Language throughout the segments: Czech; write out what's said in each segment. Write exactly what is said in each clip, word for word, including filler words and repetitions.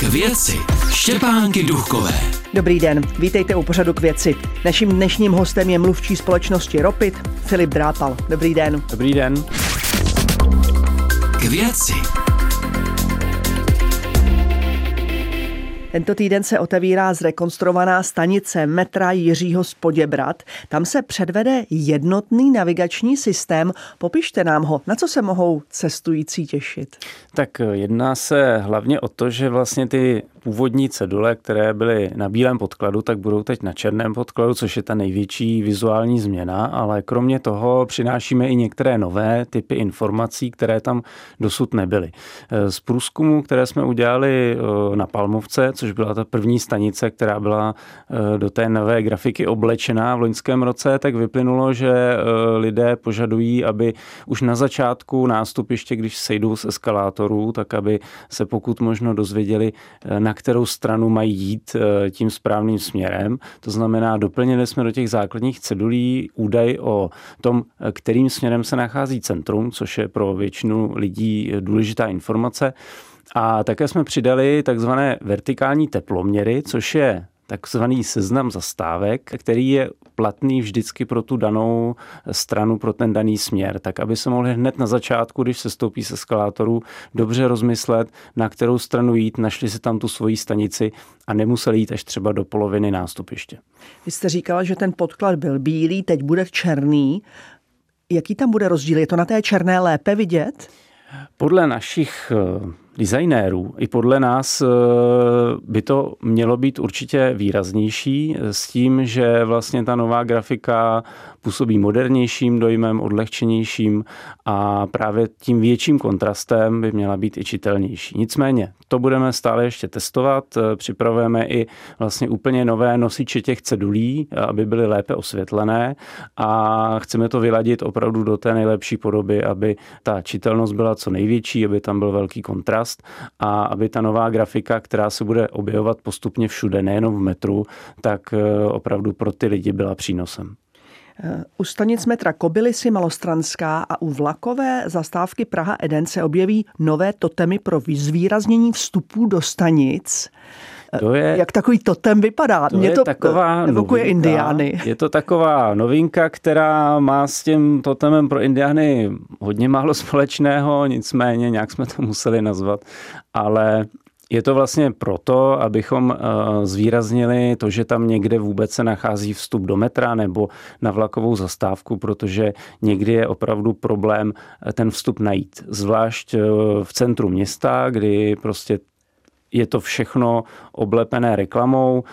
K věci Štěpánky Duchkové. Dobrý den, vítejte u pořadu K věci. Naším dnešním hostem je mluvčí společnosti Ropit Filip Drápal. Dobrý den. Dobrý den. K věci. Tento týden se otevírá zrekonstruovaná stanice metra Jiřího z Poděbrad. Tam se předvede jednotný navigační systém. Popište nám ho, na co se mohou cestující těšit. Tak jedná se hlavně o to, že vlastně ty původní cedule, které byly na bílém podkladu, tak budou teď na černém podkladu, což je ta největší vizuální změna, ale kromě toho přinášíme i některé nové typy informací, které tam dosud nebyly. Z průzkumu, které jsme udělali na Palmovce, což byla ta první stanice, která byla do té nové grafiky oblečená v loňském roce, tak vyplynulo, že lidé požadují, aby už na začátku nástupiště, když sejdou z eskalátorů, tak aby se pokud možno dozvěděli, na kterou stranu mají jít tím správným směrem. To znamená, doplnili jsme do těch základních cedulí údaj o tom, kterým směrem se nachází centrum, což je pro většinu lidí důležitá informace. A také jsme přidali takzvané vertikální teploměry, což je takzvaný seznam zastávek, který je platný vždycky pro tu danou stranu, pro ten daný směr, tak aby se mohli hned na začátku, když se stoupí z eskalátoru, dobře rozmyslet, na kterou stranu jít, našli si tam tu svoji stanici a nemuseli jít až třeba do poloviny nástupiště. Vy jste říkala, že ten podklad byl bílý, teď bude černý. Jaký tam bude rozdíl? Je to na té černé lépe vidět? Podle našich designérů i podle nás by to mělo být určitě výraznější s tím, že vlastně ta nová grafika působí modernějším dojmem, odlehčenějším a právě tím větším kontrastem by měla být i čitelnější. Nicméně, to budeme stále ještě testovat, připravujeme i vlastně úplně nové nosiče těch cedulí, aby byly lépe osvětlené a chceme to vyladit opravdu do té nejlepší podoby, aby ta čitelnost byla co největší, aby tam byl velký kontrast a aby ta nová grafika, která se bude objevovat postupně všude, nejenom v metru, tak opravdu pro ty lidi byla přínosem. U stanic metra Kobylisy, Malostranská a u vlakové zastávky Praha-Eden se objeví nové totemy pro zvýraznění vstupů do stanic. To je, Jak takový totem vypadá? To Mě to taková evokuje novinka, indiány. Je to taková novinka, která má s tím totemem pro indiány hodně málo společného, nicméně nějak jsme to museli nazvat, ale je to vlastně proto, abychom zvýraznili to, že tam někde vůbec se nachází vstup do metra nebo na vlakovou zastávku, protože někdy je opravdu problém ten vstup najít. Zvlášť v centru města, kdy prostě je to všechno oblepené reklamou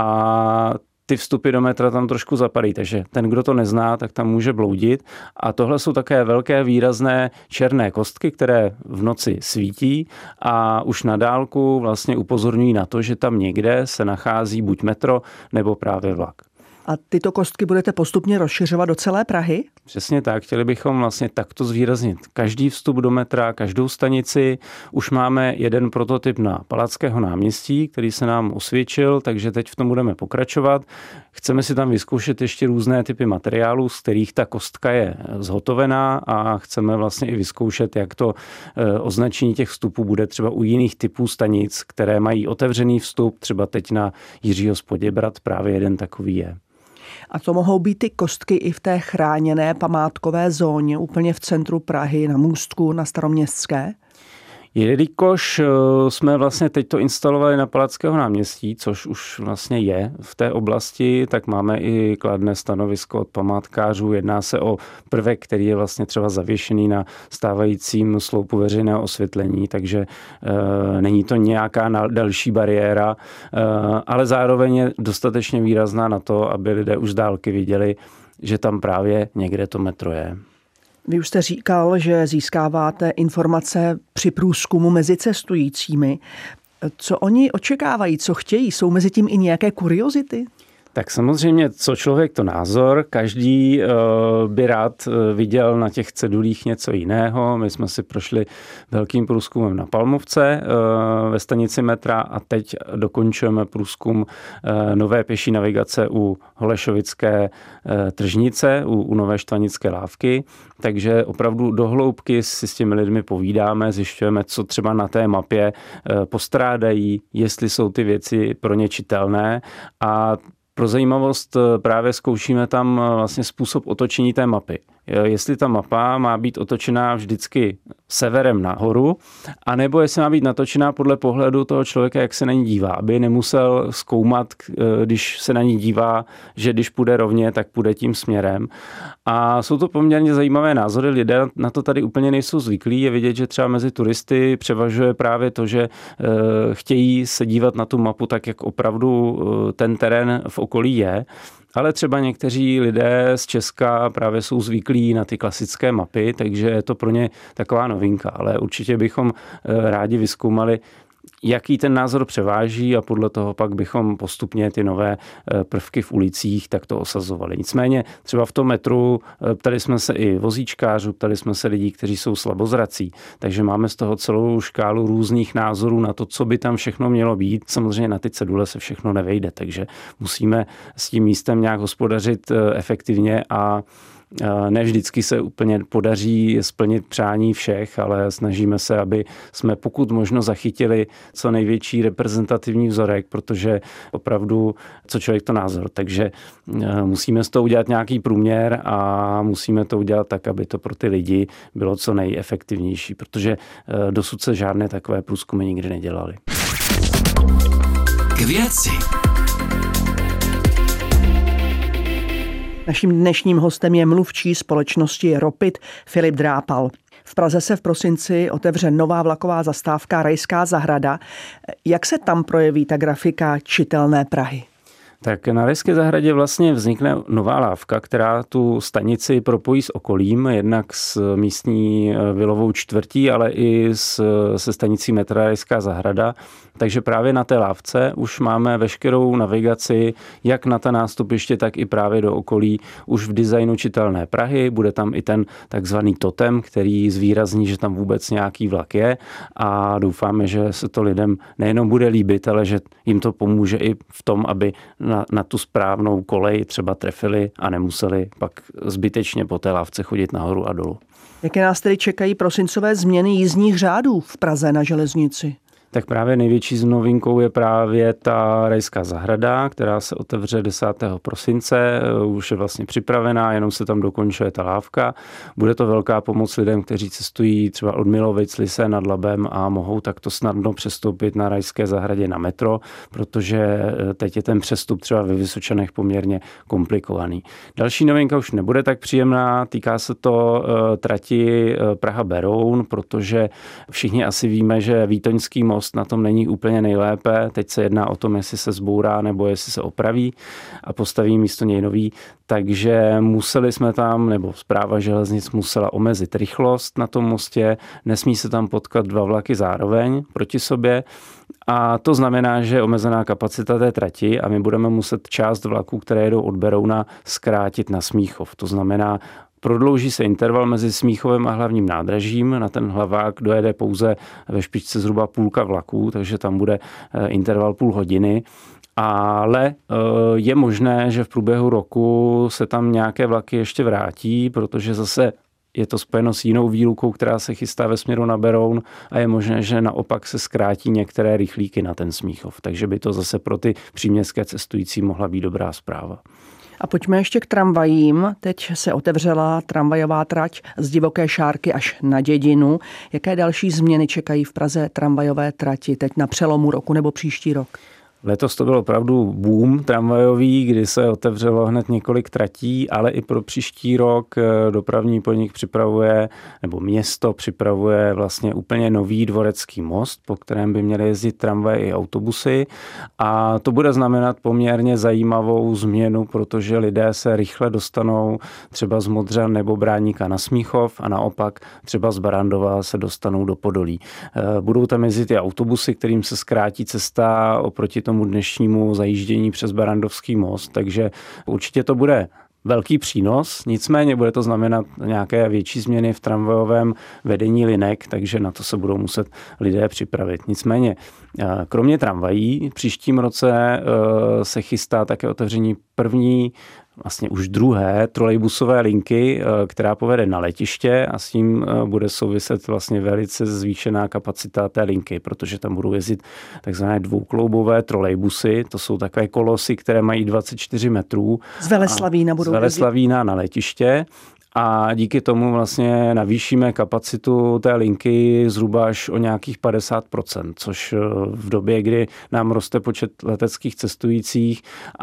a ty vstupy do metra tam trošku zapadají, takže ten, kdo to nezná, tak tam může bloudit. A tohle jsou také velké výrazné černé kostky, které v noci svítí a už na dálku vlastně upozorňují na to, že tam někde se nachází buď metro nebo právě vlak. A tyto kostky budete postupně rozšiřovat do celé Prahy? Přesně tak. Chtěli bychom vlastně takto zvýraznit každý vstup do metra, každou stanici. Už máme jeden prototyp na Palackého náměstí, který se nám osvědčil, takže teď v tom budeme pokračovat. Chceme si tam vyzkoušet ještě různé typy materiálů, z kterých ta kostka je zhotovená a chceme vlastně i vyzkoušet, jak to označení těch vstupů bude třeba u jiných typů stanic, které mají otevřený vstup, třeba teď na Jiřího z Poděbrad právě jeden takový je. A to mohou být ty kostky i v té chráněné památkové zóně, úplně v centru Prahy, na Můstku, na Staroměstské? Jelikož jsme vlastně teď to instalovali na Palackého náměstí, což už vlastně je v té oblasti, tak máme i kladné stanovisko od památkářů. Jedná se o prvek, který je vlastně třeba zavěšený na stávajícím sloupu veřejného osvětlení, takže e, není to nějaká další bariéra, e, ale zároveň je dostatečně výrazná na to, aby lidé už z dálky viděli, že tam právě někde to metro je. Vy už jste říkal, že získáváte informace při průzkumu mezi cestujícími. Co oni očekávají, co chtějí? Jsou mezi tím i nějaké kuriozity? Tak samozřejmě, co člověk, to názor. Každý by rád viděl na těch cedulích něco jiného. My jsme si prošli velkým průzkumem na Palmovce ve stanici metra a teď dokončujeme průzkum nové pěší navigace u Holešovické tržnice, u, u Nové Štvanické lávky. Takže opravdu do hloubky si s těmi lidmi povídáme, zjišťujeme, co třeba na té mapě postrádají, jestli jsou ty věci pro ně čitelné a pro zajímavost právě zkoušíme tam vlastně způsob otočení té mapy. Jestli ta mapa má být otočená vždycky severem nahoru, anebo jestli má být natočená podle pohledu toho člověka, jak se na ní dívá, aby nemusel zkoumat, když se na ní dívá, že když půjde rovně, tak půjde tím směrem. A jsou to poměrně zajímavé názory, lidé na to tady úplně nejsou zvyklí. Je vidět, že třeba mezi turisty převažuje právě to, že chtějí se dívat na tu mapu tak, jak opravdu ten terén v okolí je. Ale třeba někteří lidé z Česka právě jsou zvyklí na ty klasické mapy, takže je to pro ně taková novinka. Ale určitě bychom rádi vyzkoumali, jaký ten názor převáží a podle toho pak bychom postupně ty nové prvky v ulicích takto osazovali. Nicméně třeba v tom metru ptali jsme se i vozíčkářů, ptali jsme se lidí, kteří jsou slabozrací, takže máme z toho celou škálu různých názorů na to, co by tam všechno mělo být. Samozřejmě na ty cedule se všechno nevejde, takže musíme s tím místem nějak hospodařit efektivně a ne vždycky se úplně podaří splnit přání všech, ale snažíme se, aby jsme pokud možno zachytili co největší reprezentativní vzorek, protože opravdu, co člověk to názor. Takže musíme z toho udělat nějaký průměr a musíme to udělat tak, aby to pro ty lidi bylo co nejefektivnější, protože dosud se žádné takové průzkumy nikdy nedělaly. K věci. Naším dnešním hostem je mluvčí společnosti Ropit Filip Drápal. V Praze se v prosinci otevře nová vlaková zastávka Rajská zahrada. Jak se tam projeví ta grafika čitelné Prahy? Tak na Rajské zahradě vlastně vznikne nová lávka, která tu stanici propojí s okolím, jednak s místní vilovou čtvrtí, ale i s, se stanicí metra Rajská zahrada. Takže právě na té lávce už máme veškerou navigaci, jak na ta nástupiště, tak i právě do okolí už v designu čitelné Prahy. Bude tam i ten takzvaný totem, který zvýrazní, že tam vůbec nějaký vlak je a doufáme, že se to lidem nejenom bude líbit, ale že jim to pomůže i v tom, aby na, na tu správnou kolej třeba trefili a nemuseli pak zbytečně po té lávce chodit nahoru a dolů. Jaké nás tedy čekají prosincové změny jízdních řádů v Praze na železnici? Tak právě největší z novinkou je právě ta Rajská zahrada, která se otevře desátého prosince, už je vlastně připravená, jenom se tam dokončuje ta lávka. Bude to velká pomoc lidem, kteří cestují třeba od Milovic, Lysé nad Labem a mohou takto snadno přestoupit na Rajské zahradě na metro, protože teď je ten přestup třeba ve Vysočanech poměrně komplikovaný. Další novinka už nebude tak příjemná, týká se to trati Praha-Beroun, protože všichni asi víme, že Výtoňský most na tom není úplně nejlépe. Teď se jedná o tom, jestli se zbourá nebo jestli se opraví a postaví místo něj nový. Takže museli jsme tam, nebo Správa železnic musela omezit rychlost na tom mostě. Nesmí se tam potkat dva vlaky zároveň proti sobě. A to znamená, že je omezená kapacita té trati a my budeme muset část vlaků, které jedou od Berouna, zkrátit na Smíchov. To znamená, prodlouží se interval mezi Smíchovem a hlavním nádražím. Na ten hlavák dojede pouze ve špičce zhruba půlka vlaků, takže tam bude interval půl hodiny. Ale je možné, že v průběhu roku se tam nějaké vlaky ještě vrátí, protože zase je to spojeno s jinou výlukou, která se chystá ve směru na Beroun a je možné, že naopak se zkrátí některé rychlíky na ten Smíchov. Takže by to zase pro ty příměstské cestující mohla být dobrá zpráva. A pojďme ještě k tramvajím. Teď se otevřela tramvajová trať z Divoké Šárky až na Dědinu. Jaké další změny čekají v Praze tramvajové trati teď na přelomu roku nebo příští rok? Letos to byl opravdu boom tramvajový, kdy se otevřelo hned několik tratí, ale i pro příští rok dopravní podnik připravuje, nebo město připravuje vlastně úplně nový Dvorecký most, po kterém by měly jezdit tramvaje i autobusy. A to bude znamenat poměrně zajímavou změnu, protože lidé se rychle dostanou třeba z Modřan nebo Bráníka na Smíchov a naopak třeba z Barandova se dostanou do Podolí. Budou tam jezdit i autobusy, kterým se zkrátí cesta oproti tomu tomu dnešnímu zajíždění přes Barrandovský most, takže určitě to bude velký přínos, nicméně bude to znamenat nějaké větší změny v tramvajovém vedení linek, takže na to se budou muset lidé připravit. Nicméně, kromě tramvají, v příštím roce se chystá také otevření první, vlastně už druhé trolejbusové linky, která povede na letiště a s tím bude souviset vlastně velice zvýšená kapacita té linky, protože tam budou jezdit takzvané dvoukloubové trolejbusy, to jsou takové kolosy, které mají dvacet čtyři metrů. Z Veleslavína budou Z Veleslavína na letiště. A díky tomu vlastně navýšíme kapacitu té linky zhruba až o nějakých padesát procent, což v době, kdy nám roste počet leteckých cestujících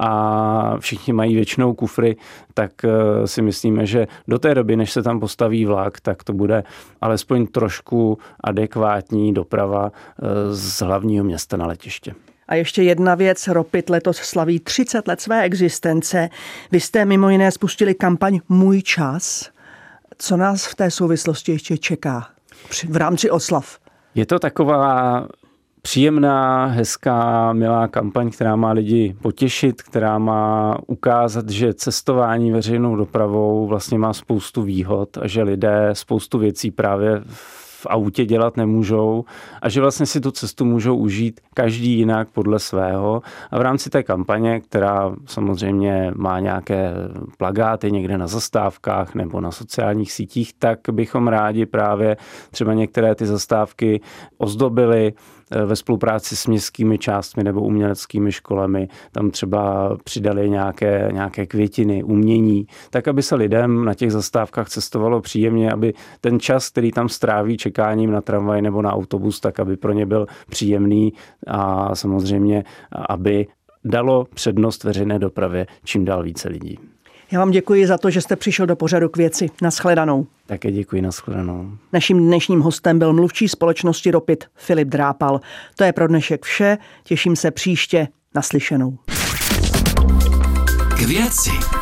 a všichni mají většinou kufry, tak si myslíme, že do té doby, než se tam postaví vlak, tak to bude alespoň trošku adekvátní doprava z hlavního města na letiště. A ještě jedna věc, Ropit letos slaví třicet let své existence. Vy jste mimo jiné spustili kampaň Můj čas. Co nás v té souvislosti ještě čeká v rámci oslav? Je to taková příjemná, hezká, milá kampaň, která má lidi potěšit, která má ukázat, že cestování veřejnou dopravou vlastně má spoustu výhod a že lidé spoustu věcí právě v autě dělat nemůžou a že vlastně si tu cestu můžou užít každý jinak podle svého. A v rámci té kampaně, která samozřejmě má nějaké plakáty někde na zastávkách nebo na sociálních sítích, tak bychom rádi právě třeba některé ty zastávky ozdobili ve spolupráci s městskými částmi nebo uměleckými školami. Tam třeba přidali nějaké, nějaké květiny, umění, tak aby se lidem na těch zastávkách cestovalo příjemně, aby ten čas, který tam stráví čekáním na tramvaj nebo na autobus, tak aby pro ně byl příjemný a samozřejmě, aby dalo přednost veřejné dopravě čím dál více lidí. Já vám děkuji za to, že jste přišel do pořadu K věci. Nashledanou. Také děkuji, nashledanou. Naším dnešním hostem byl mluvčí společnosti Ropit Filip Drápal. To je pro dnešek vše. Těším se příště. Naslyšenou. K věci.